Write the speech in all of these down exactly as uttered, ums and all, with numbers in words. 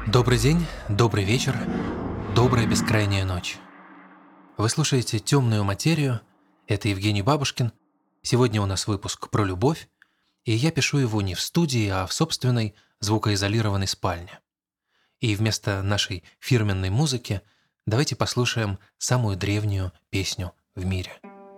Добрый день, добрый вечер, добрая бескрайняя ночь. Вы слушаете «Темную материю», это Евгений Бабушкин. Сегодня у нас выпуск про любовь, и я пишу его не в студии, а в собственной звукоизолированной спальне. И вместо нашей фирменной музыки давайте послушаем самую древнюю песню в мире.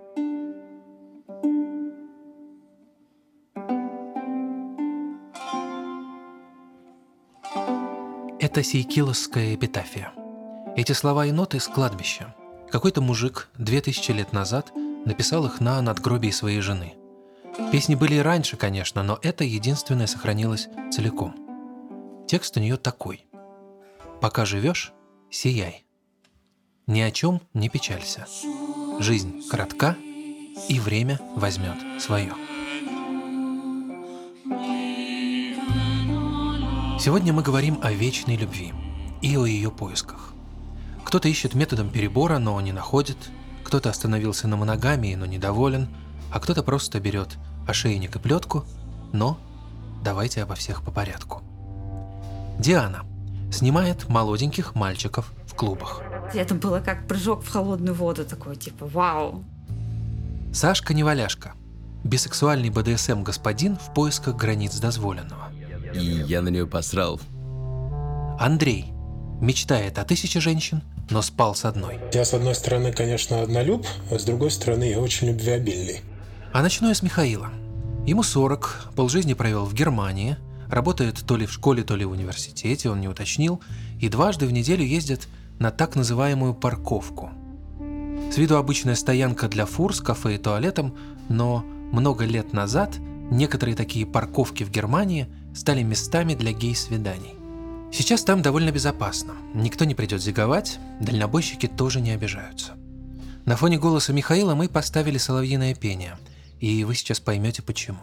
Это сейкиловская эпитафия. Эти слова и ноты с кладбища. Какой-то мужик две тысячи лет назад написал их на надгробии своей жены. Песни были и раньше, конечно, но это единственное сохранилось целиком. Текст у нее такой. «Пока живешь, сияй. Ни о чем не печалься. Жизнь коротка, и время возьмет свое». Сегодня мы говорим о вечной любви и о ее поисках. Кто-то ищет методом перебора, но не находит, кто-то остановился на моногамии, но недоволен, а кто-то просто берет ошейник и плетку, но давайте обо всех по порядку. Диана снимает молоденьких мальчиков в клубах. Это было как прыжок в холодную воду, такой типа вау. Сашка Неваляшка, бисексуальный бэ дэ эс эм господин в поисках границ дозволенного. И я на нее посрал. Андрей мечтает о тысяче женщин, но спал с одной. Я, с одной стороны, конечно, однолюб, а с другой стороны, я очень любвеобильный. А начну я с Михаила. Ему сорок, полжизни провел в Германии, работает то ли в школе, то ли в университете, он не уточнил, и дважды в неделю ездит на так называемую парковку. С виду обычная стоянка для фур с кафе и туалетом, но много лет назад некоторые такие парковки в Германии стали местами для гей-свиданий. Сейчас там довольно безопасно, никто не придет зиговать, дальнобойщики тоже не обижаются. На фоне голоса Михаила мы поставили соловьиное пение, и вы сейчас поймете почему.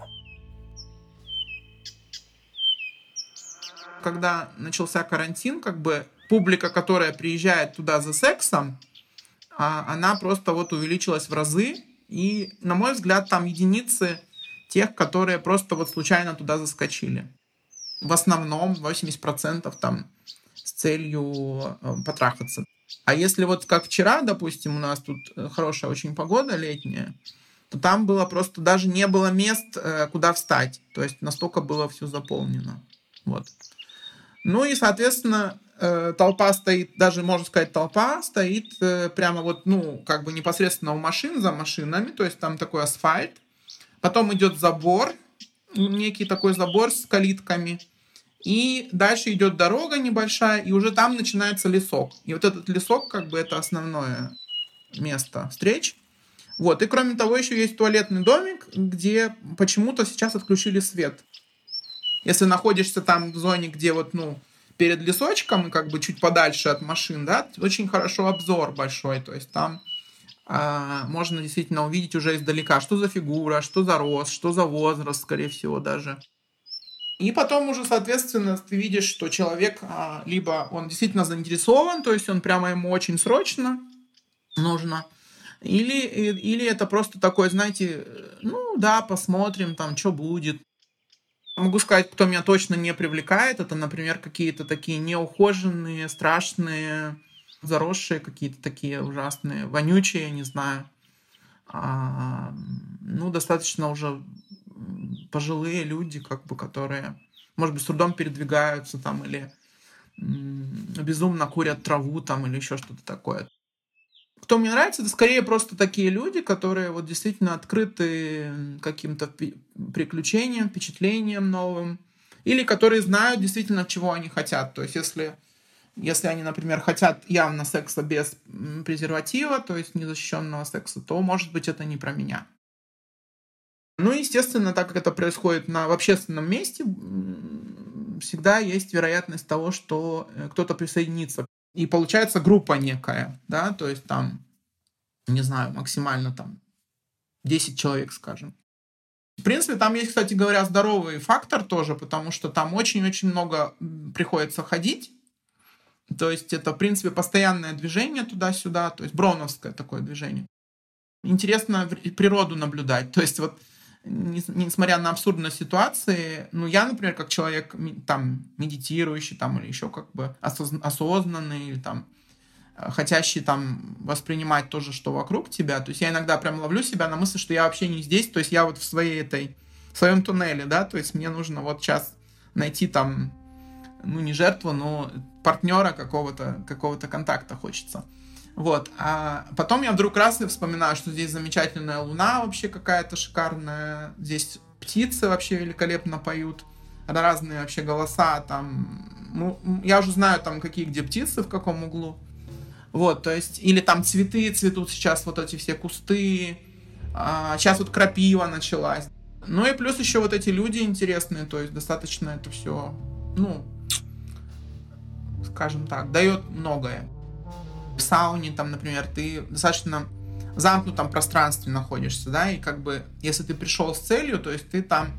Когда начался карантин, как бы публика, которая приезжает туда за сексом, она просто вот увеличилась в разы, и, на мой взгляд, там единицы тех, которые просто вот случайно туда заскочили. В основном восемьдесят процентов там с целью потрахаться. А если вот как вчера, допустим, у нас тут хорошая очень погода летняя, то там было просто даже не было мест, куда встать. То есть настолько было все заполнено. Вот. Ну и, соответственно, толпа стоит, даже можно сказать, толпа стоит прямо вот, ну, как бы непосредственно у машин, за машинами, то есть там такой асфальт. Потом идет забор, некий такой забор с калитками. И дальше идет дорога небольшая, и уже там начинается лесок. И вот этот лесок, как бы, это основное место встреч. Вот. И кроме того, еще есть туалетный домик, где почему-то сейчас отключили свет. Если находишься там в зоне, где вот, ну, перед лесочком и как бы чуть подальше от машин, да, очень хорошо обзор большой. То есть там а, можно действительно увидеть уже издалека, что за фигура, что за рост, что за возраст, скорее всего, даже. И потом уже, соответственно, ты видишь, что человек а, либо он действительно заинтересован, то есть он прямо ему очень срочно нужно, или, или это просто такой, знаете, ну да, посмотрим, там, что будет. Могу сказать, кто меня точно не привлекает, это, например, какие-то такие неухоженные, страшные, заросшие, какие-то такие ужасные, вонючие, не знаю. А, ну, достаточно уже пожилые люди, как бы, которые, может быть, с трудом передвигаются там или м- безумно курят траву там или еще что-то такое. Кто мне нравится, это скорее просто такие люди, которые вот действительно открыты каким-то приключениям, впечатлениям новым, или которые знают действительно, чего они хотят. То есть если, если они, например, хотят явно секса без презерватива, то есть незащищенного секса, то, может быть, это не про меня. Ну, естественно, так как это происходит на, в общественном месте, всегда есть вероятность того, что кто-то присоединится. И получается группа некая, да, то есть там, не знаю, максимально там десять человек, скажем. В принципе, там есть, кстати говоря, здоровый фактор тоже, потому что там очень-очень много приходится ходить. То есть это, в принципе, постоянное движение туда-сюда, то есть броуновское такое движение. Интересно природу наблюдать. То есть вот не- несмотря на абсурдность ситуации, ну, я, например, как человек ми- там медитирующий там или еще как бы осоз- осознанный или там э, хотящий там воспринимать то же, что вокруг тебя, то есть я иногда прям ловлю себя на мысли, что я вообще не здесь, то есть я вот в своей этой, в своем туннеле, да, то есть мне нужно вот сейчас найти там, ну, не жертву, но партнера какого-то, какого-то контакта хочется. Вот. А потом я вдруг раз и вспоминаю, что здесь замечательная луна вообще какая-то шикарная, здесь птицы вообще великолепно поют, разные вообще голоса там. Ну, я уже знаю там, какие где птицы, в каком углу. Вот, то есть, или там цветы цветут сейчас, вот эти все кусты. А, сейчас вот крапива началась. Ну и плюс еще вот эти люди интересные, то есть достаточно это все, ну, скажем так, дает многое. В сауне, там, например, ты достаточно в замкнутом пространстве находишься, да, и как бы, если ты пришел с целью, то есть ты там,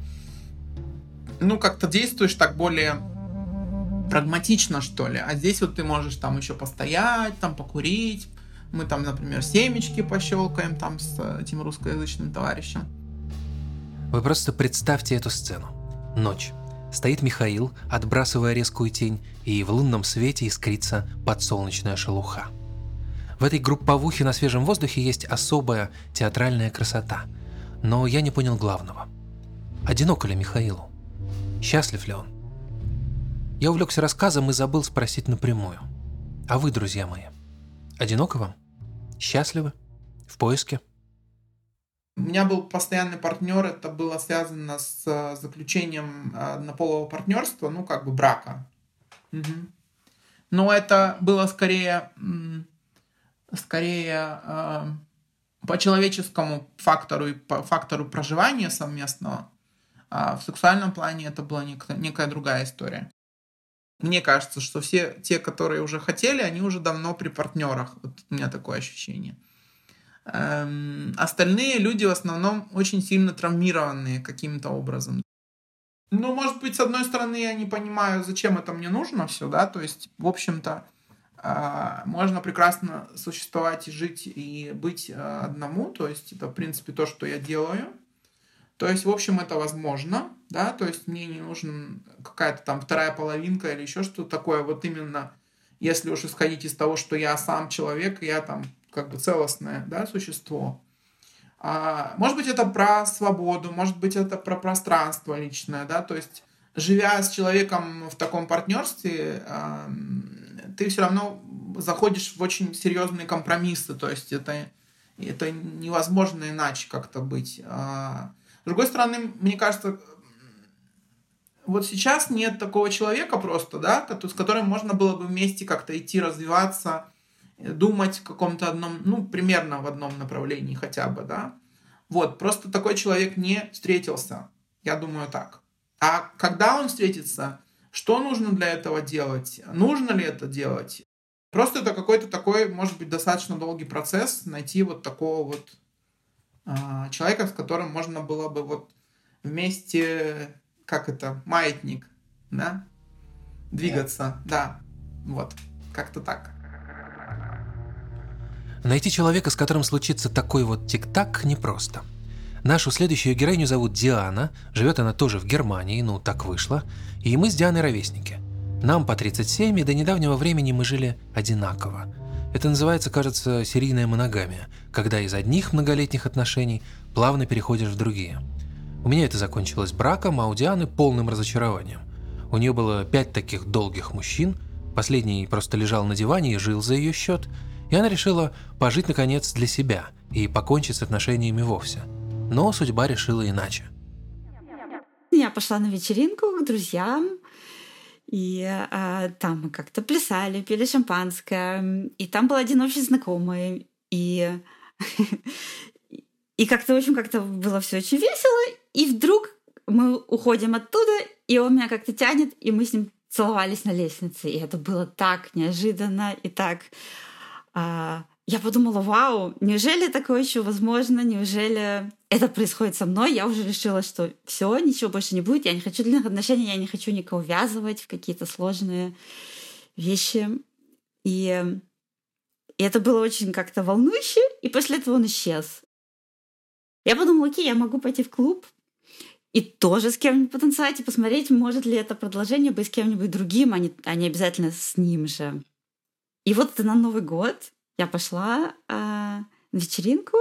ну, как-то действуешь так более прагматично, что ли, а здесь вот ты можешь там еще постоять, там, покурить, мы там, например, семечки пощелкаем там с этим русскоязычным товарищем. Вы просто представьте эту сцену. Ночь. Стоит Михаил, отбрасывая резкую тень, и в лунном свете искрится подсолнечная шелуха. В этой групповухе на свежем воздухе есть особая театральная красота. Но я не понял главного. Одиноко ли Михаилу? Счастлив ли он? Я увлекся рассказом и забыл спросить напрямую. А вы, друзья мои, одиноко вам? Счастливы? В поиске? У меня был постоянный партнер, это было связано с заключением однополого партнерства, ну, как бы брака. Мгм. Но это было скорее, м, скорее э, по человеческому фактору и по фактору проживания совместного. А в сексуальном плане это была нек- некая другая история. Мне кажется, что все те, которые уже хотели, они уже давно при партнерах. Вот у меня такое ощущение. Эм, остальные люди в основном очень сильно травмированные каким-то образом. Ну, может быть, с одной стороны, я не понимаю, зачем это мне нужно все, да, то есть, в общем-то, а, можно прекрасно существовать и жить, и быть а, одному, то есть, это, в принципе, то, что я делаю. То есть, в общем, это возможно, да, то есть, мне не нужна какая-то там вторая половинка или еще что-то такое, вот именно, если уж исходить из того, что я сам человек, я там как бы целостное, да, существо. А, может быть, это про свободу, может быть, это про пространство личное, да, то есть, живя с человеком в таком партнерстве, а, ты все равно заходишь в очень серьезные компромиссы, то есть, это, это невозможно иначе как-то быть. А, с другой стороны, мне кажется, вот сейчас нет такого человека просто, да, с которым можно было бы вместе как-то идти, развиваться, думать в каком-то одном, ну, примерно в одном направлении хотя бы, да. Вот, просто такой человек не встретился, я думаю так. А когда он встретится, что нужно для этого делать, нужно ли это делать? Просто это какой-то такой, может быть, достаточно долгий процесс, найти вот такого вот а, человека, с которым можно было бы вот вместе, как это, маятник, да, двигаться, да, вот, как-то так. Найти человека, с которым случится такой вот тик-так, непросто. Нашу следующую героиню зовут Диана, живет она тоже в Германии, ну так вышло, и мы с Дианой ровесники. Нам по тридцать семь, и до недавнего времени мы жили одинаково. Это называется, кажется, серийная моногамия, когда из одних многолетних отношений плавно переходишь в другие. У меня это закончилось браком, а у Дианы полным разочарованием. У нее было пять таких долгих мужчин, последний просто лежал на диване и жил за ее счет, и она решила пожить, наконец, для себя и покончить с отношениями вовсе. Но судьба решила иначе. Я пошла на вечеринку к друзьям, и а, там мы как-то плясали, пили шампанское, и там был один общий знакомый, и, и как-то, в общем, как-то было все очень весело, и вдруг мы уходим оттуда, и он меня как-то тянет, и мы с ним целовались на лестнице, и это было так неожиданно и так... А, я подумала, вау, неужели такое еще возможно? Неужели это происходит со мной? Я уже решила, что все, ничего больше не будет. Я не хочу длинных отношений, я не хочу никого ввязывать в какие-то сложные вещи. И, и это было очень как-то волнующе. И после этого он исчез. Я подумала, окей, я могу пойти в клуб и тоже с кем-нибудь потанцевать и посмотреть, может ли это продолжение быть с кем-нибудь другим, а не, а не обязательно с ним же. И вот на Новый год я пошла э, на вечеринку,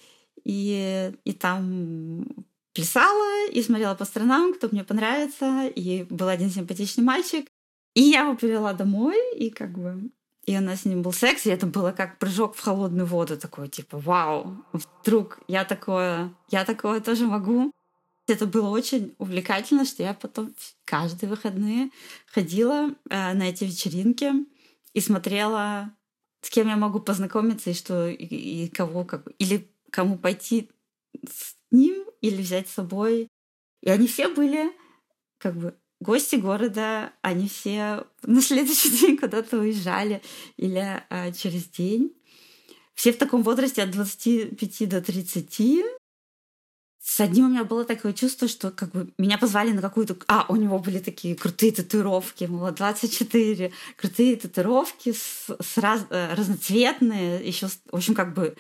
и, и там плясала, и смотрела по сторонам, кто мне понравится, и был один симпатичный мальчик. И я его привела домой, и как бы... И у нас с ним был секс, и это было как прыжок в холодную воду, такой, типа, вау, вдруг я такое, я такое тоже могу. Это было очень увлекательно, что я потом каждые выходные ходила э, на эти вечеринки и смотрела, с кем я могу познакомиться, и что, и, и кого, как, или кому пойти с ним, или взять с собой. И они все были как бы гости города, они все на следующий день куда-то уезжали или а, через день. Все в таком возрасте от двадцати пяти до тридцати. С одним у меня было такое чувство, что как бы меня позвали на какую-то... А, у него были такие крутые татуировки, ему было двадцать четыре, крутые татуировки, с, с раз, разноцветные, еще, в общем, как бы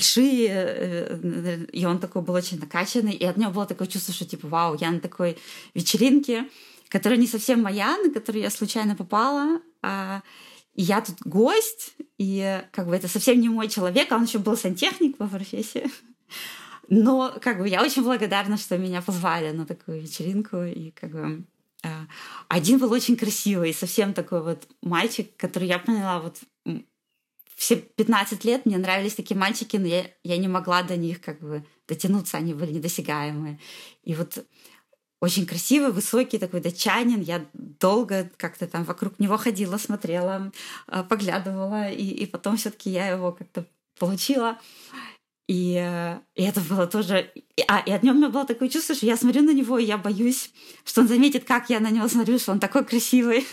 большие, и он такой был очень накачанный, и от него было такое чувство, что типа, вау, я на такой вечеринке, которая не совсем моя, на которую я случайно попала, а и я тут гость, и как бы это совсем не мой человек, а он еще был сантехник по профессии. Но как бы я очень благодарна, что меня позвали на такую вечеринку. И как бы э, один был очень красивый, совсем такой вот мальчик, который я поняла, вот все пятнадцать лет мне нравились такие мальчики, но я, я не могла до них как бы дотянуться, они были недосягаемые. И вот очень красивый, высокий такой датчанин. Я долго как-то там вокруг него ходила, смотрела, э, поглядывала, и, и потом все-таки я его как-то получила. И, и это было тоже... А, и от него у меня было такое чувство, что я смотрю на него, и я боюсь, что он заметит, как я на него смотрю, что он такой красивый.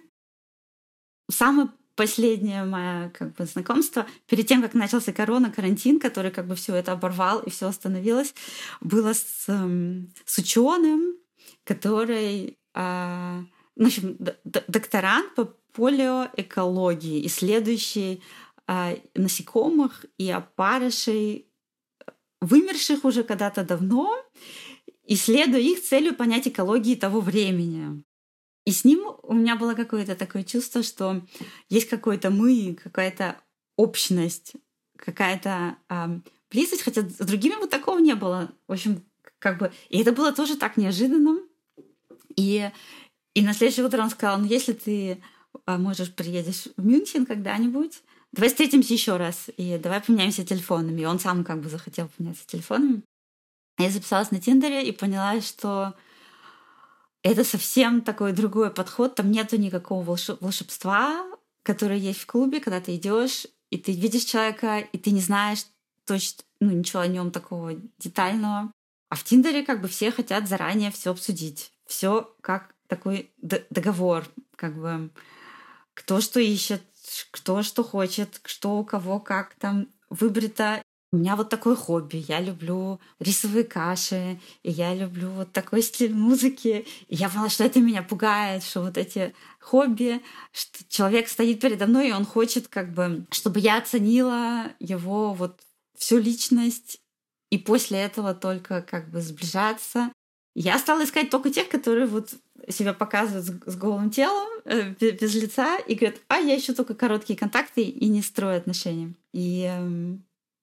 Самое последнее мое как бы, знакомство, перед тем, как начался корона, карантин, который как бы все это оборвал, и все остановилось, было с, с ученым, который... А, ну, в общем, докторант по полиоэкологии, исследующий насекомых и опарышей, вымерших уже когда-то давно, исследуя их целью понять экологии того времени. И с ним у меня было какое-то такое чувство, что есть какой-то мы, какая-то общность, какая-то э, близость, хотя с другими вот такого не было. В общем, как бы... И это было тоже так неожиданно. И, и на следующее утро он сказал, ну если ты э, можешь, приедешь в Мюнхен когда-нибудь, давай встретимся еще раз, и давай поменяемся телефонами. И он сам как бы захотел поменяться телефонами. Я записалась на Тиндере и поняла, что это совсем такой другой подход. Там нету никакого волшебства, которое есть в клубе, когда ты идешь, и ты видишь человека, и ты не знаешь точно, ну, ничего о нем такого детального. А в Тиндере как бы все хотят заранее все обсудить. Все как такой договор, как бы кто что ищет, кто что хочет, что у кого как там выбрито. У меня вот такое хобби. Я люблю рисовые каши, и я люблю вот такой стиль музыки. И я поняла, что это меня пугает, что вот эти хобби, что человек стоит передо мной, и он хочет, как бы, чтобы я оценила его вот всю личность, и после этого только как бы сближаться. Я стала искать только тех, которые вот себя показывают с голым телом, э, без лица, и говорят, а я ищу только короткие контакты и не строю отношения. И, э,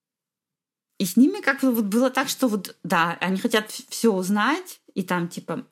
и с ними как-то вот было так, что вот, да, они хотят все узнать, и там типа,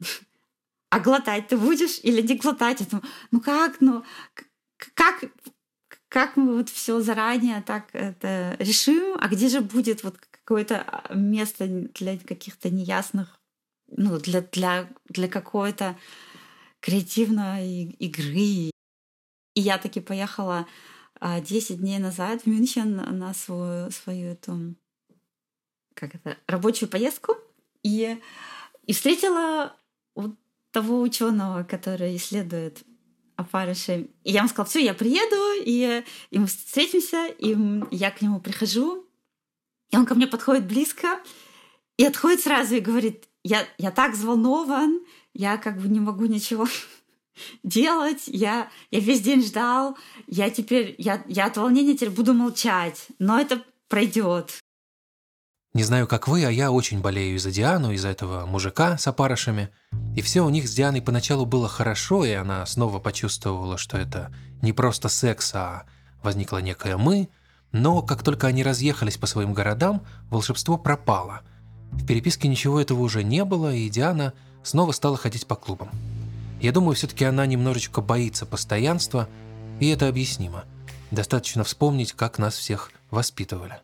а глотать ты будешь или не глотать? Я думаю, ну как, ну как, как мы вот все заранее так это решим, а где же будет вот какое-то место для каких-то неясных, ну, для, для, для какой-то креативной игры. И я таки поехала десять дней назад в Мюнхен на свою, свою эту, как это, рабочую поездку и, и встретила вот того ученого, который исследует опарыши. И я ему сказала, все, я приеду, и, и мы встретимся, и я к нему прихожу, и он ко мне подходит близко и отходит сразу и говорит, Я, я так взволнован, я как бы не могу ничего делать, я, я весь день ждал, я теперь, я, я от волнения теперь буду молчать, но это пройдет. Не знаю, как вы, а я очень болею из-за Диану, из-за этого мужика с опарышами. И все у них с Дианой поначалу было хорошо, и она снова почувствовала, что это не просто секс, а возникло некое «мы». Но как только они разъехались по своим городам, волшебство пропало. В переписке ничего этого уже не было, и Диана снова стала ходить по клубам. Я думаю, все-таки она немножечко боится постоянства, и это объяснимо. Достаточно вспомнить, как нас всех воспитывали.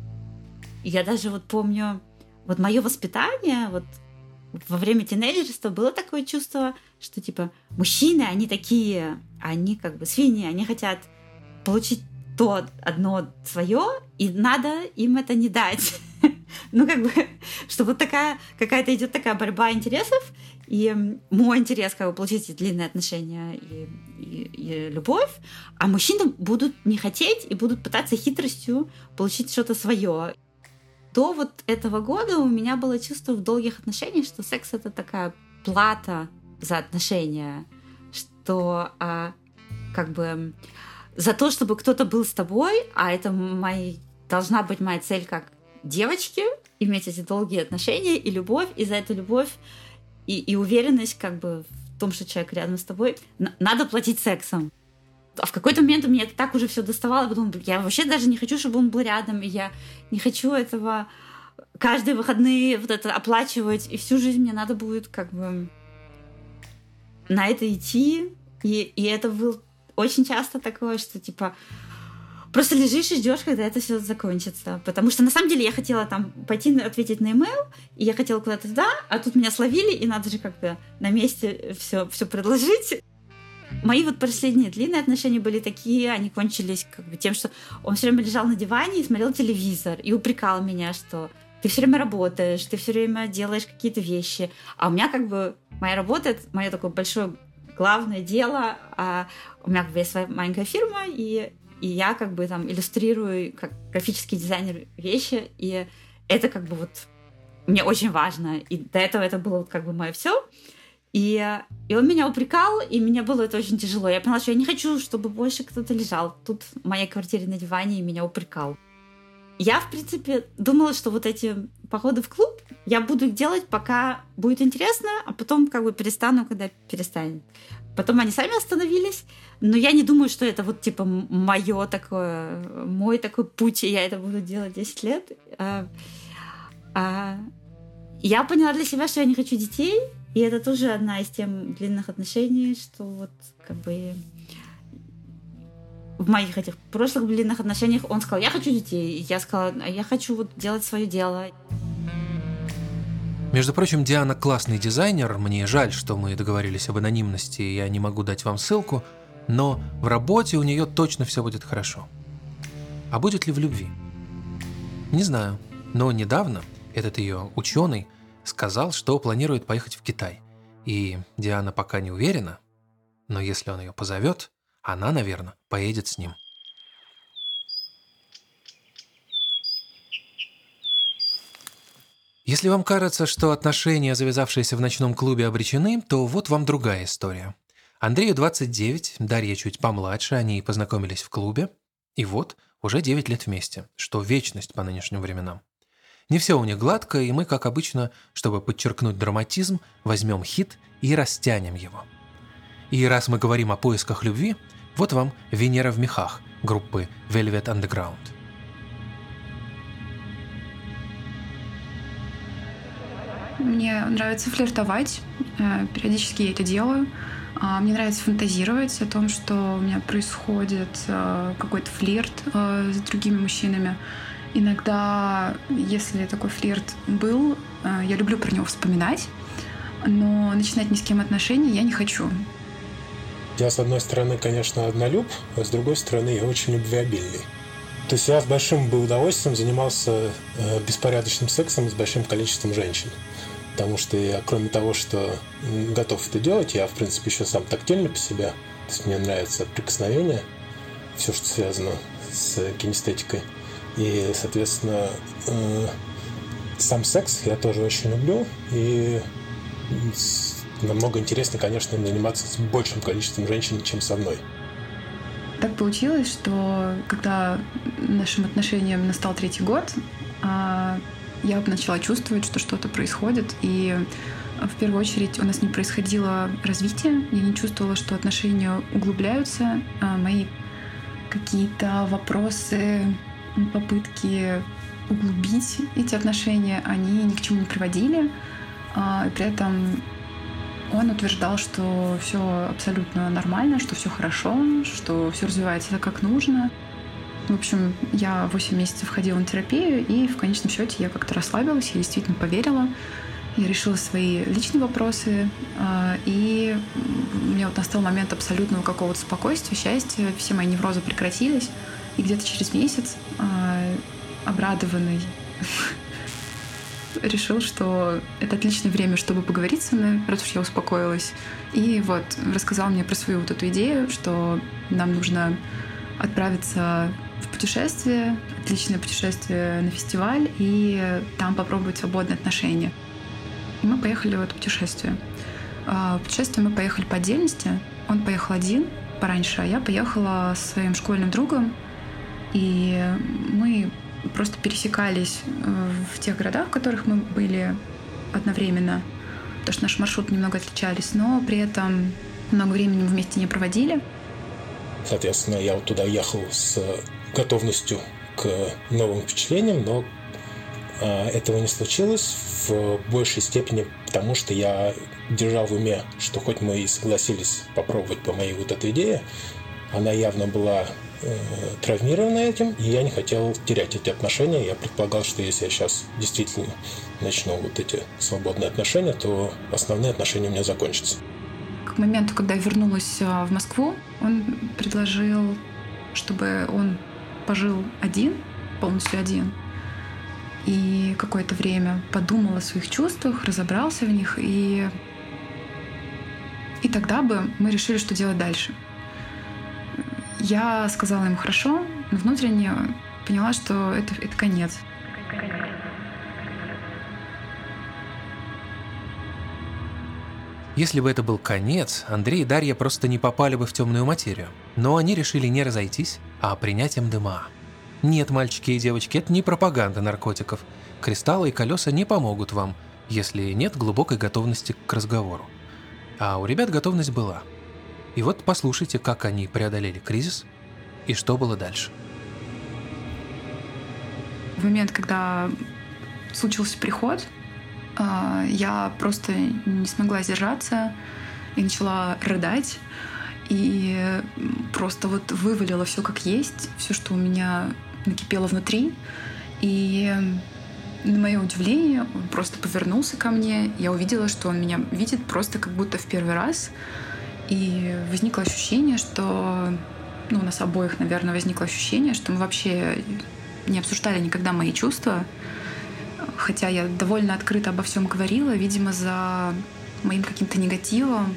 Я даже вот помню, вот мое воспитание, вот во время тинейджерства было такое чувство, что типа мужчины, они такие, они как бы свиньи, они хотят получить то одно свое, и надо им это не дать. Ну, как бы, что вот такая, какая-то идет такая борьба интересов, и мой интерес, как бы, получить эти длинные отношения и, и, и любовь, а мужчины будут не хотеть и будут пытаться хитростью получить что-то свое. До вот этого года у меня было чувство в долгих отношениях, что секс — это такая плата за отношения, что а, как бы за то, чтобы кто-то был с тобой, а это моя, должна быть моя цель как девочки, иметь эти долгие отношения и любовь, и за эту любовь и, и уверенность как бы в том, что человек рядом с тобой, на, надо платить сексом. А в какой-то момент у меня это так уже все доставало, потом я вообще даже не хочу, чтобы он был рядом, и я не хочу этого каждые выходные вот это оплачивать, и всю жизнь мне надо будет как бы на это идти, и, и это было очень часто такое, что типа просто лежишь и ждешь, когда это все закончится. Потому что на самом деле я хотела там пойти ответить на имейл, и я хотела куда-то туда, а тут меня словили, и надо же как-то на месте все, все предложить. Мои вот последние длинные отношения были такие, они кончились как бы тем, что он все время лежал на диване и смотрел телевизор, и упрекал меня, что ты все время работаешь, ты все время делаешь какие-то вещи, а у меня как бы моя работа — это мое такое большое главное дело, а у меня как бы есть своя маленькая фирма, и И я как бы там иллюстрирую как графический дизайнер вещи, и это как бы вот мне очень важно. И до этого это было вот как бы мое все. И, и он меня упрекал, и мне было это очень тяжело. Я поняла, что я не хочу, чтобы больше кто-то лежал тут в моей квартире на диване и меня упрекал. Я, в принципе, думала, что вот эти походы в клуб я буду их делать, пока будет интересно, а потом как бы перестану, когда перестанет. Потом они сами остановились, но я не думаю, что это вот типа мое такое, мой такой путь, и я это буду делать десять лет. А, а, я поняла для себя, что я не хочу детей, и это тоже одна из тем длинных отношений, что вот как бы в моих этих прошлых длинных отношениях он сказал: я хочу детей, и я сказала: а я хочу вот делать свое дело. Между прочим, Диана классный дизайнер, мне жаль, что мы договорились об анонимности, и я не могу дать вам ссылку, но в работе у нее точно все будет хорошо. А будет ли в любви? Не знаю, но недавно этот ее ученый сказал, что планирует поехать в Китай. И Диана пока не уверена, но если он ее позовет, она, наверное, поедет с ним. Если вам кажется, что отношения, завязавшиеся в ночном клубе, обречены, то вот вам другая история. Андрею двадцать девять, Дарья чуть помладше, они познакомились в клубе, и вот уже девять лет вместе, что вечность по нынешним временам. Не все у них гладко, и мы, как обычно, чтобы подчеркнуть драматизм, возьмем хит и растянем его. И раз мы говорим о поисках любви, вот вам «Венера в мехах» группы Velvet Underground. Мне нравится флиртовать, периодически я это делаю. Мне нравится фантазировать о том, что у меня происходит какой-то флирт с другими мужчинами. Иногда, если такой флирт был, я люблю про него вспоминать, но начинать ни с кем отношения я не хочу. Я, с одной стороны, конечно, однолюб, а с другой стороны, я очень любвеобильный. То есть я с большим бы удовольствием занимался э, беспорядочным сексом с большим количеством женщин. Потому что я, кроме того, что готов это делать, я, в принципе, еще сам тактильный по себе. То есть мне нравится прикосновение, все, что связано с кинестетикой. И, соответственно, э, сам секс я тоже очень люблю. И намного интереснее, конечно, заниматься с большим количеством женщин, чем со мной. Так получилось, что когда нашим отношениям настал третий год, я начала чувствовать, что что-то происходит. И в первую очередь у нас не происходило развития. Я не чувствовала, что отношения углубляются. А мои какие-то вопросы, попытки углубить эти отношения, они ни к чему не приводили. И при этом он утверждал, что все абсолютно нормально, что все хорошо, что все развивается так, как нужно. В общем, я восемь месяцев ходила на терапию, и в конечном счете я как-то расслабилась, я действительно поверила. Я решила свои личные вопросы, и у меня вот настал момент абсолютного какого-то спокойствия, счастья. Все мои неврозы прекратились. И где-то через месяц, обрадованный, решил, что это отличное время, чтобы поговорить со мной, раз уж я успокоилась. И вот рассказал мне про свою вот эту идею, что нам нужно отправиться в путешествие, отличное путешествие на фестиваль, и там попробовать свободные отношения. И мы поехали в это путешествие. В путешествие мы поехали по отдельности. Он поехал один пораньше, а я поехала со своим школьным другом. И мы просто пересекались в тех городах, в которых мы были одновременно, потому что наши маршруты немного отличались, но при этом много времени мы вместе не проводили. Соответственно, я вот туда ехал с готовностью к новым впечатлениям, но этого не случилось в большей степени, потому что я держал в уме, что хоть мы и согласились попробовать по моей вот этой идее, она явно была э, травмирована этим, и я не хотел терять эти отношения. Я предполагал, что если я сейчас действительно начну вот эти свободные отношения, то основные отношения у меня закончатся. К моменту, когда я вернулась в Москву, он предложил, чтобы он пожил один, полностью один, и какое-то время подумал о своих чувствах, разобрался в них, и, и тогда бы мы решили, что делать дальше. Я сказала ему хорошо, но внутренне поняла, что это, это конец. Если бы это был конец, Андрей и Дарья просто не попали бы в темную материю. Но они решили не разойтись, а принять эм дэ эм а. Нет, мальчики и девочки, это не пропаганда наркотиков. Кристаллы и колеса не помогут вам, если нет глубокой готовности к разговору. А у ребят готовность была. И вот послушайте, как они преодолели кризис и что было дальше. В момент, когда случился приход, я просто не смогла сдержаться и начала рыдать. И просто вот вывалила все как есть, все, что у меня накипело внутри. И на мое удивление, он просто повернулся ко мне. Я увидела, что он меня видит просто как будто в первый раз. И возникло ощущение, что... Ну, у нас обоих, наверное, возникло ощущение, что мы вообще не обсуждали никогда мои чувства. Хотя я довольно открыто обо всем говорила, видимо, за моим каким-то негативом,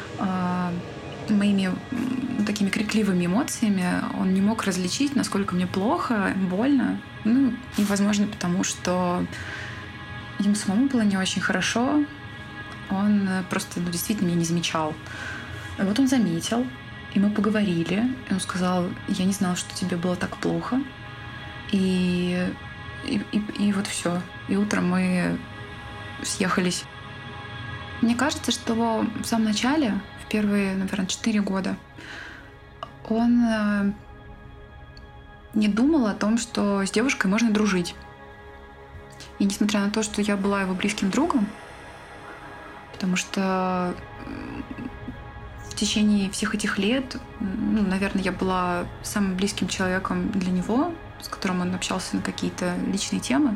моими такими крикливыми эмоциями он не мог различить, насколько мне плохо, больно. Ну, и, возможно, потому что ему самому было не очень хорошо. Он просто ну, действительно меня не замечал. И вот он заметил, и мы поговорили. И он сказал: я не знал, что тебе было так плохо. И, и, и, и вот все. И утром мы съехались. Мне кажется, что в самом начале, в первые, наверное, четыре года, он не думал о том, что с девушкой можно дружить. И несмотря на то, что я была его близким другом, потому что в течение всех этих лет, ну, наверное, я была самым близким человеком для него, с которым он общался на какие-то личные темы,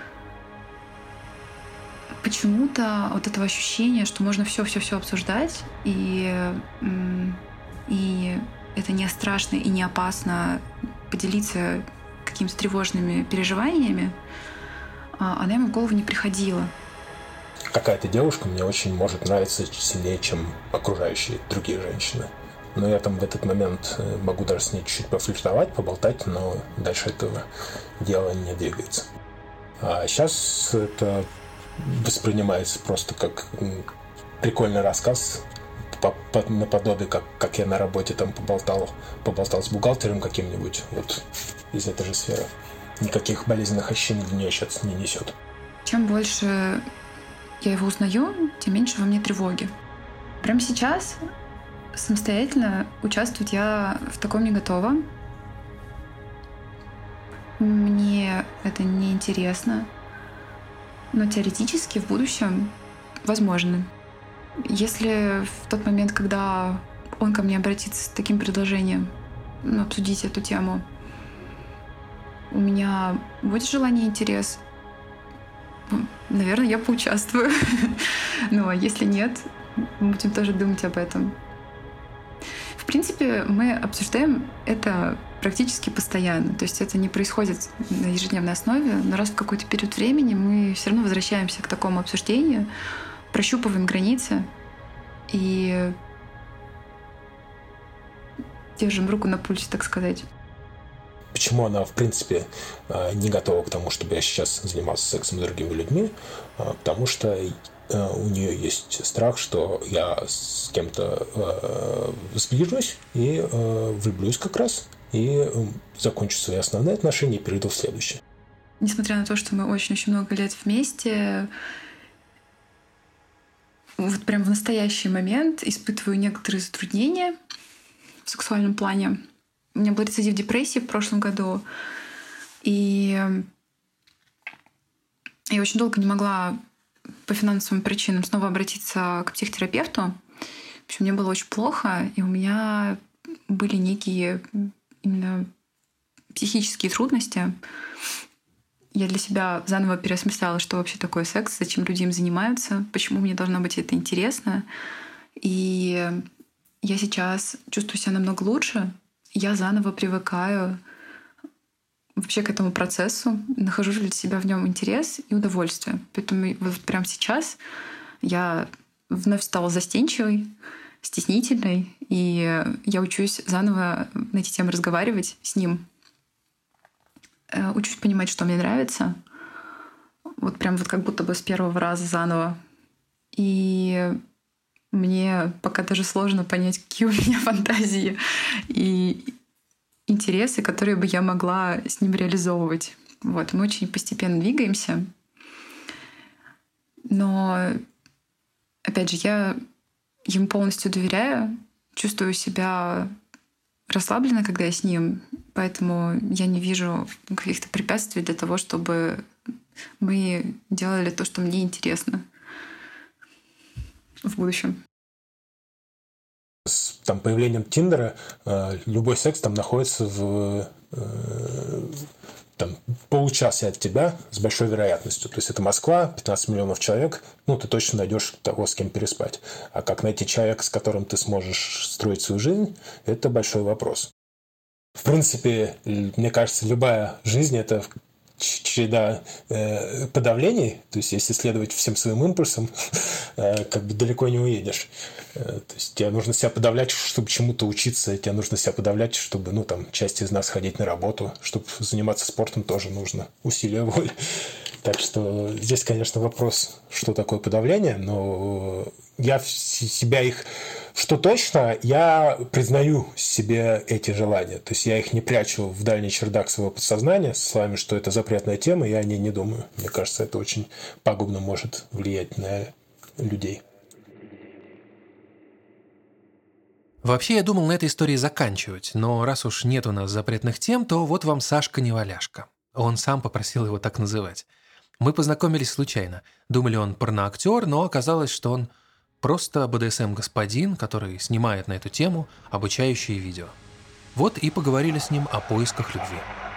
почему-то вот этого ощущения, что можно все-все-все обсуждать, и, и это не страшно и не опасно поделиться какими-то тревожными переживаниями, она ему в голову не приходила. Какая-то девушка мне очень может нравиться сильнее, чем окружающие другие женщины. Но я там в этот момент могу даже с ней чуть-чуть пофлиртовать, поболтать, но дальше этого дела не двигается. А сейчас это воспринимается просто как прикольный рассказ, наподобие, как, как я на работе там поболтал, поболтал с бухгалтером каким-нибудь, вот из этой же сферы. Никаких болезненных ощущений для нее сейчас не несет. чем больше я его узнаю, тем меньше во мне тревоги. Прямо сейчас самостоятельно участвовать я в таком не готова. Мне это не интересно, но теоретически в будущем возможно. Если в тот момент, когда он ко мне обратится с таким предложением, ну, обсудить эту тему, у меня будет желание и интерес, наверное, я поучаствую. Ну, а если нет, мы будем тоже думать об этом. В принципе, мы обсуждаем это практически постоянно. То есть это не происходит на ежедневной основе, но раз в какой-то период времени мы все равно возвращаемся к такому обсуждению, прощупываем границы и держим руку на пульсе, так сказать. Почему она, в принципе, не готова к тому, чтобы я сейчас занимался сексом с другими людьми? Потому что у нее есть страх, что я с кем-то сближусь и влюблюсь как раз, и закончу свои основные отношения и перейду в следующее. Несмотря на то, что мы очень-очень много лет вместе, вот прям в настоящий момент испытываю некоторые затруднения в сексуальном плане. У меня был рецидив депрессии в прошлом году, и я очень долго не могла по финансовым причинам снова обратиться к психотерапевту. В общем, мне было очень плохо, и у меня были некие именно психические трудности. Я для себя заново переосмысляла, что вообще такое секс, зачем люди им занимаются, почему мне должно быть это интересно. И я сейчас чувствую себя намного лучше. Я заново привыкаю вообще к этому процессу, нахожу для себя в нем интерес и удовольствие. Поэтому вот прямо сейчас я вновь стала застенчивой, стеснительной, и я учусь заново на эти темы разговаривать с ним. Учусь понимать, что мне нравится. Вот прям вот как будто бы с первого раза заново. И мне пока даже сложно понять, какие у меня фантазии и интересы, которые бы я могла с ним реализовывать. Вот. Мы очень постепенно двигаемся. Но, опять же, я ему полностью доверяю, чувствую себя расслабленно, когда я с ним, поэтому я не вижу каких-то препятствий для того, чтобы мы делали то, что мне интересно в будущем. С там, появлением Тиндера э, любой секс там находится в э, там, получаса от тебя с большой вероятностью. То есть это Москва, пятнадцать миллионов человек, ну, ты точно найдешь того, с кем переспать. А как найти человека, с которым ты сможешь строить свою жизнь, это большой вопрос. В принципе, мне кажется, любая жизнь – это череда э, подавлений. То есть если следовать всем своим импульсам, э, как бы далеко не уедешь. Э, то есть тебе нужно себя подавлять, чтобы чему-то учиться, тебе нужно себя подавлять, чтобы, ну, там, часть из нас ходить на работу, чтобы заниматься спортом тоже нужно усилие воли. Так что здесь, конечно, вопрос, что такое подавление, но я себя их... Что точно, я признаю себе эти желания. То есть я их не прячу в дальний чердак своего подсознания с вами, что это запретная тема, я о ней не думаю. Мне кажется, это очень пагубно может влиять на людей. Вообще, я думал на этой истории заканчивать, но раз уж нет у нас запретных тем, то вот вам Сашка-неваляшка. Он сам попросил его так называть. Мы познакомились случайно. Думали, он порноактер, но оказалось, что он просто бэ дэ эс эм-господин, который снимает на эту тему обучающие видео. Вот и поговорили с ним о поисках любви.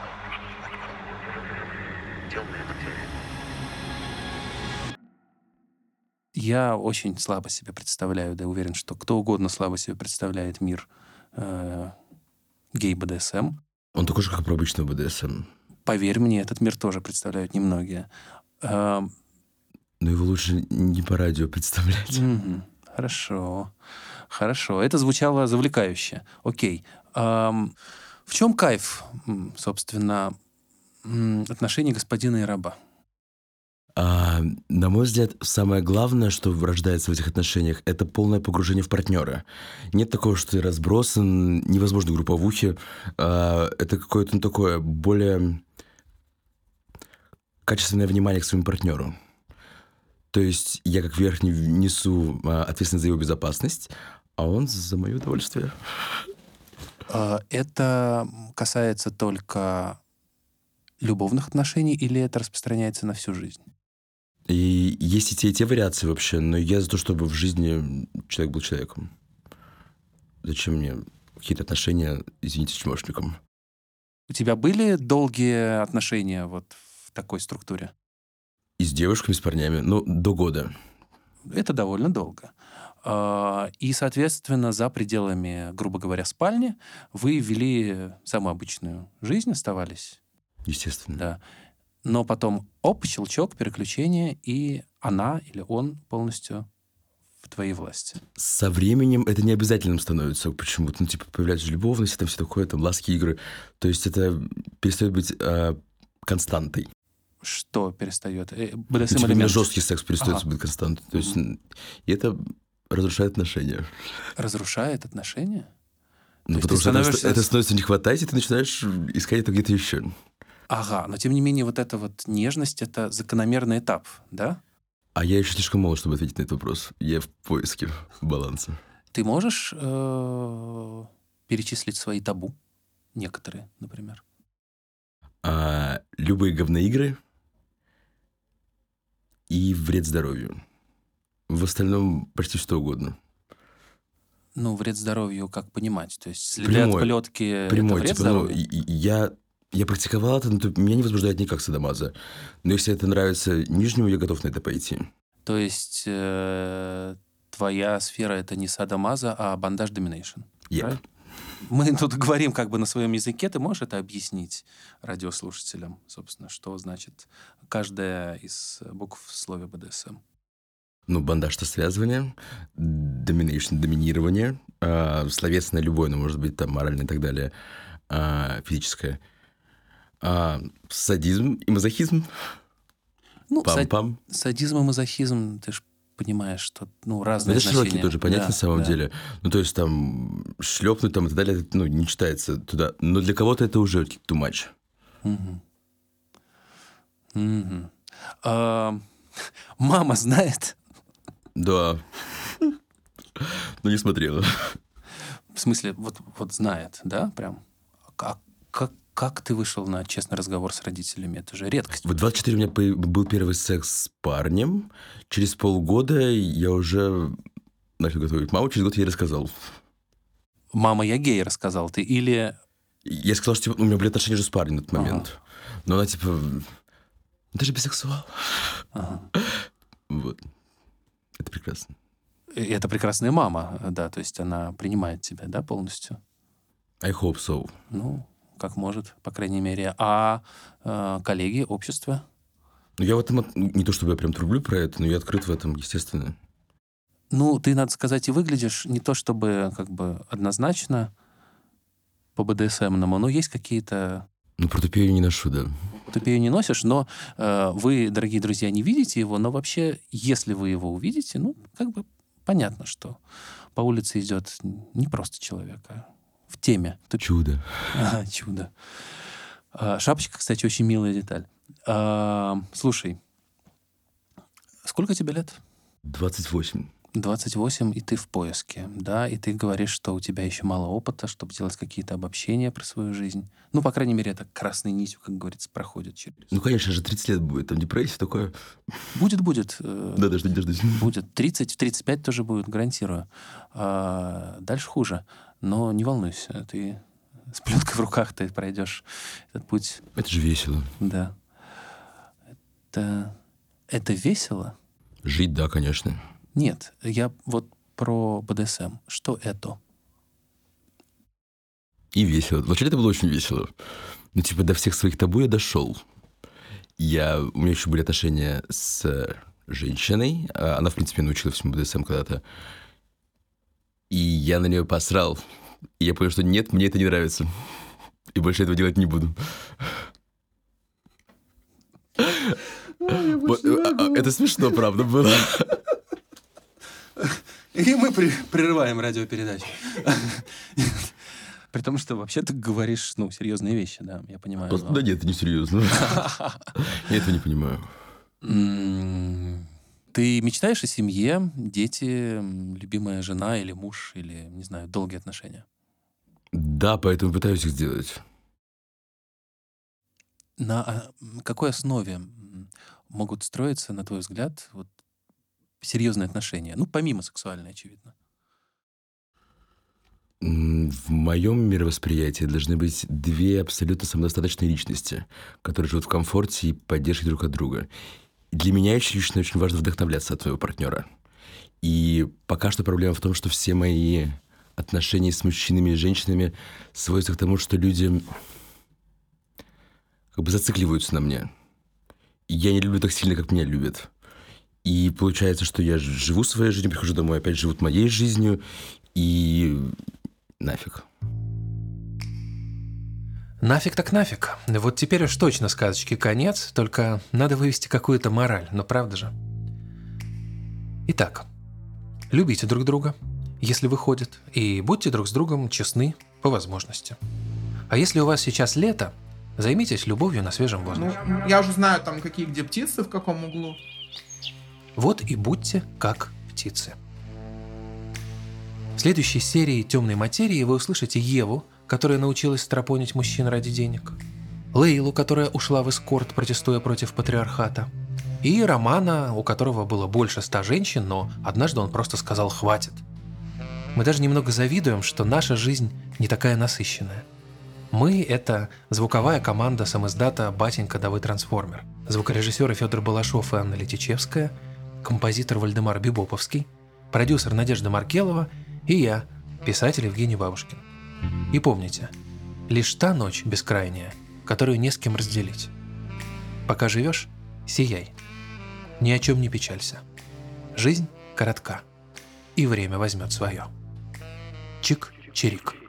Я очень слабо себе представляю, да уверен, что кто угодно слабо себе представляет мир э, гей-бэ дэ эс эм. Он такой же, как про обычный бэ дэ эс эм. Поверь мне, этот мир тоже представляют немногие. Э, Но его лучше не по радио представлять. Угу. Хорошо. Хорошо. Это звучало завлекающе. Окей. А, в чем кайф, собственно, отношений господина и раба? А, на мой взгляд, самое главное, что рождается в этих отношениях, это полное погружение в партнера. Нет такого, что ты разбросан, невозможно групповухи. А, это какое-то ну, такое более качественное внимание к своему партнеру. То есть я как верхний несу а, ответственность за его безопасность, а он за мое удовольствие. Это касается только любовных отношений или это распространяется на всю жизнь? И есть и те, и те вариации вообще, но я за то, чтобы в жизни человек был человеком. Зачем мне какие-то отношения, извините, с чмошником? У тебя были долгие отношения вот в такой структуре? И с девушками, и с парнями. Ну, до года. Это довольно долго. И, соответственно, за пределами, грубо говоря, спальни вы вели самую обычную жизнь, оставались? Естественно. Да. Но потом, оп, щелчок, переключение, и она или он полностью в твоей власти. Со временем это не обязательным становится почему-то. Ну, типа, появляется любовность, там все такое, там, ласки, игры. То есть это перестает быть э, константой. Что перестает? БДСМ Ну, типа, именно жесткий секс перестает ага. быть константой. То есть mm-hmm. и это разрушает отношения. Разрушает отношения? Ну, потому что становишься... это, это становится не хватать, и ты начинаешь искать это где-то еще. Ага, но тем не менее вот эта вот нежность — это закономерный этап, да? А я еще слишком мало, чтобы ответить на этот вопрос. Я в поиске баланса. Ты можешь э- перечислить свои табу? Некоторые, например. А, любые говноигры и вред здоровью. В остальном почти что угодно. Ну, вред здоровью как понимать? То есть следы прямой, от плетки — прямой, это вред типа, здоровью? Ну, я, я практиковал это, но меня не возбуждает никак садомаза. Но если это нравится нижнему, я готов на это пойти. То есть э, твоя сфера — это не садомаза, а бандаж доминейшн? Yep. Мы тут говорим как бы на своем языке. Ты можешь это объяснить радиослушателям, собственно, что значит каждая из букв в слове БДСМ? Ну, бандаж — это связывание, доминейшн — доминирование, э, словесное любое, но может быть там моральное и так далее, э, физическое. Э, садизм и мазохизм. Ну, Пам-пам. Сад... садизм и мазохизм, ты же понимаешь, что ну, разные это значения. Это широкие тоже понятия, да, на самом да. деле. Ну, то есть там шлепнуть там и так далее, ну, не читается туда. Но для кого-то это уже too much. Угу. Угу. А, мама знает? Да. Но не смотрела. В смысле, вот, вот знает, да, прям? Как, как, как ты вышел на честный разговор с родителями? Это же редкость. В двадцать четыре у меня был первый секс с парнем. Через полгода я уже начал готовить маму. Через год я ей рассказал. Мама, я гей, рассказал ты? Или... Я сказал, что типа, у меня были отношения уже с парнем на тот момент. Ага. Но она типа... Ты же бисексуал. Ага. Вот. Это прекрасно. И это прекрасная мама, да, то есть она принимает тебя, да, полностью? I hope so. Ну, как может, по крайней мере. А э, коллеги, общество? Ну, я в этом... Не то, чтобы я прям трублю про это, но я открыт в этом, естественно. Ну, ты, надо сказать, и выглядишь не то, чтобы как бы однозначно по БДСМному, но есть какие-то... Ну, портупею не ношу, да. Портупею не носишь, но э, вы, дорогие друзья, не видите его, но вообще, если вы его увидите, ну, как бы понятно, что по улице идет не просто человек, а в теме. Ты... Чудо. Ага, чудо. А, шапочка, кстати, очень милая деталь. А, слушай, сколько тебе лет? двадцать восемь. двадцать восемь, и ты в поиске, да, и ты говоришь, что у тебя еще мало опыта, чтобы делать какие-то обобщения про свою жизнь. Ну, по крайней мере, это красной нитью, как говорится, проходит через... Ну, конечно же, тридцать лет будет, там депрессия такое. Будет, будет. Да, дождись, дождись. Будет. тридцать, тридцать пять тоже будет, гарантирую. А дальше хуже. Но не волнуйся, ты с плеткой в руках ты пройдешь этот путь. Это же весело. Да. Это, это весело? Жить, да, конечно. Нет, я вот про БДСМ. Что это? И весело. Вообще это было очень весело. Ну, типа, до всех своих табу я дошел. Я... У меня еще были отношения с женщиной. Она, в принципе, научила всему БДСМ когда-то. И я на нее посрал. И я понял, что нет, мне это не нравится. И больше этого делать не буду. Это смешно, правда, было. И мы при, прерываем радиопередачу. При том, что вообще ты говоришь, ну, серьезные вещи, да, я понимаю. Просто, да нет, это не серьезно. Я этого не понимаю. Ты мечтаешь о семье, дети, любимая жена или муж, или, не знаю, долгие отношения? Да, поэтому пытаюсь их сделать. На а, какой основе могут строиться, на твой взгляд, вот, серьезные отношения? Ну, помимо сексуальной, очевидно. В моем мировосприятии должны быть две абсолютно самодостаточные личности, которые живут в комфорте и поддержке друг от друга. Для меня еще лично очень важно вдохновляться от твоего партнера. И пока что проблема в том, что все мои отношения с мужчинами и женщинами сводятся к тому, что люди как бы зацикливаются на мне. И я не люблю так сильно, как меня любят. И получается, что я живу своей жизнью, прихожу домой, опять живут моей жизнью, и нафиг. Нафиг так нафиг. Вот теперь уж точно сказочки конец, только надо вывести какую-то мораль, но правда же? Итак, любите друг друга, если выходит, и будьте друг с другом честны по возможности. А если у вас сейчас лето, займитесь любовью на свежем воздухе. Ну, я уже знаю, там, какие где птицы, в каком углу. Вот и будьте как птицы. В следующей серии «Темной материи» вы услышите Еву, которая научилась стропонить мужчин ради денег, Лейлу, которая ушла в эскорт, протестуя против патриархата, и Романа, у которого было больше ста женщин, но однажды он просто сказал «хватит». Мы даже немного завидуем, что наша жизнь не такая насыщенная. Мы — это звуковая команда самиздата «Батенька, да вы трансформер», звукорежиссеры Федор Балашов и Анна Летичевская, композитор Вальдемар Бибоповский, продюсер Надежда Маркелова и я, писатель Евгений Бабушкин. И помните, лишь та ночь бескрайняя, которую не с кем разделить. Пока живешь, сияй. Ни о чем не печалься. Жизнь коротка, и время возьмет свое. Чик-чирик.